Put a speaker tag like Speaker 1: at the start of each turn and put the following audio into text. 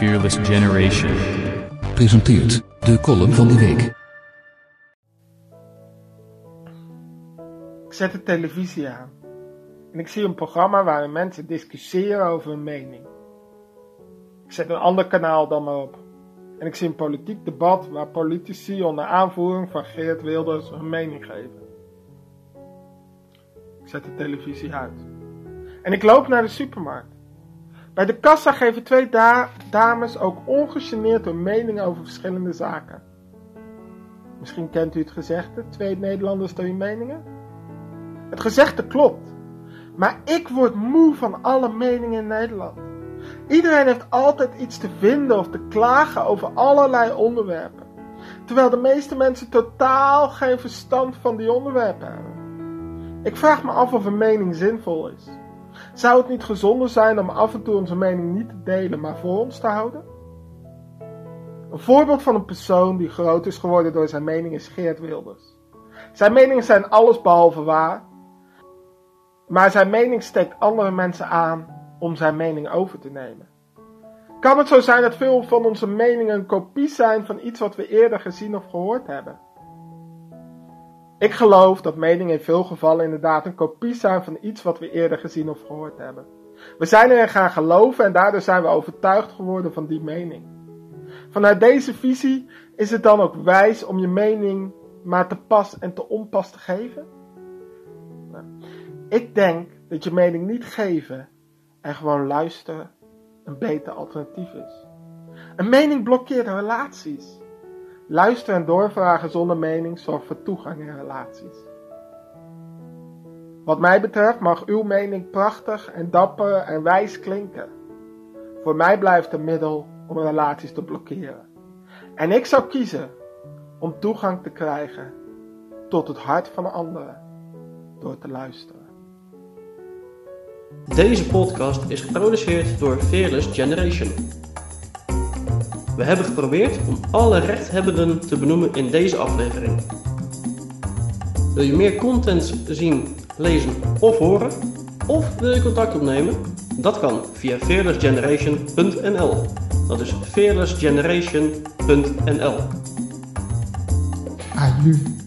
Speaker 1: Fearless Generation
Speaker 2: presenteert de column van de week.
Speaker 3: Ik zet de televisie aan en ik zie een programma waarin mensen discussiëren over hun mening. Ik zet een ander kanaal dan maar op en ik zie een politiek debat waar politici onder aanvoering van Geert Wilders hun mening geven. Ik zet de televisie uit en ik loop naar de supermarkt. Bij de kassa geven twee dames ook ongegeneerd hun mening over verschillende zaken. Misschien kent u het gezegde, 2 Nederlanders, 2 meningen? Het gezegde klopt, maar ik word moe van alle meningen in Nederland. Iedereen heeft altijd iets te vinden of te klagen over allerlei onderwerpen, terwijl de meeste mensen totaal geen verstand van die onderwerpen hebben. Ik vraag me af of een mening zinvol is. Zou het niet gezonder zijn om af en toe onze mening niet te delen, maar voor ons te houden? Een voorbeeld van een persoon die groot is geworden door zijn mening is Geert Wilders. Zijn meningen zijn allesbehalve waar, maar zijn mening steekt andere mensen aan om zijn mening over te nemen. Kan het zo zijn dat veel van onze meningen een kopie zijn van iets wat we eerder gezien of gehoord hebben? Ik geloof dat meningen in veel gevallen inderdaad een kopie zijn van iets wat we eerder gezien of gehoord hebben. We zijn erin gaan geloven en daardoor zijn we overtuigd geworden van die mening. Vanuit deze visie is het dan ook wijs om je mening maar te pas en te onpas te geven? Nou, ik denk dat je mening niet geven en gewoon luisteren een beter alternatief is. Een mening blokkeert relaties. Luisteren en doorvragen zonder mening zorgt voor toegang in relaties. Wat mij betreft mag uw mening prachtig en dapper en wijs klinken. Voor mij blijft het middel om relaties te blokkeren. En ik zou kiezen om toegang te krijgen tot het hart van anderen door te luisteren.
Speaker 4: Deze podcast is geproduceerd door Fearless Generation. We hebben geprobeerd om alle rechthebbenden te benoemen in deze aflevering. Wil je meer content zien, lezen of horen? Of wil je contact opnemen? Dat kan via fearlessgeneration.nl. Dat is fearlessgeneration.nl.
Speaker 3: Aju.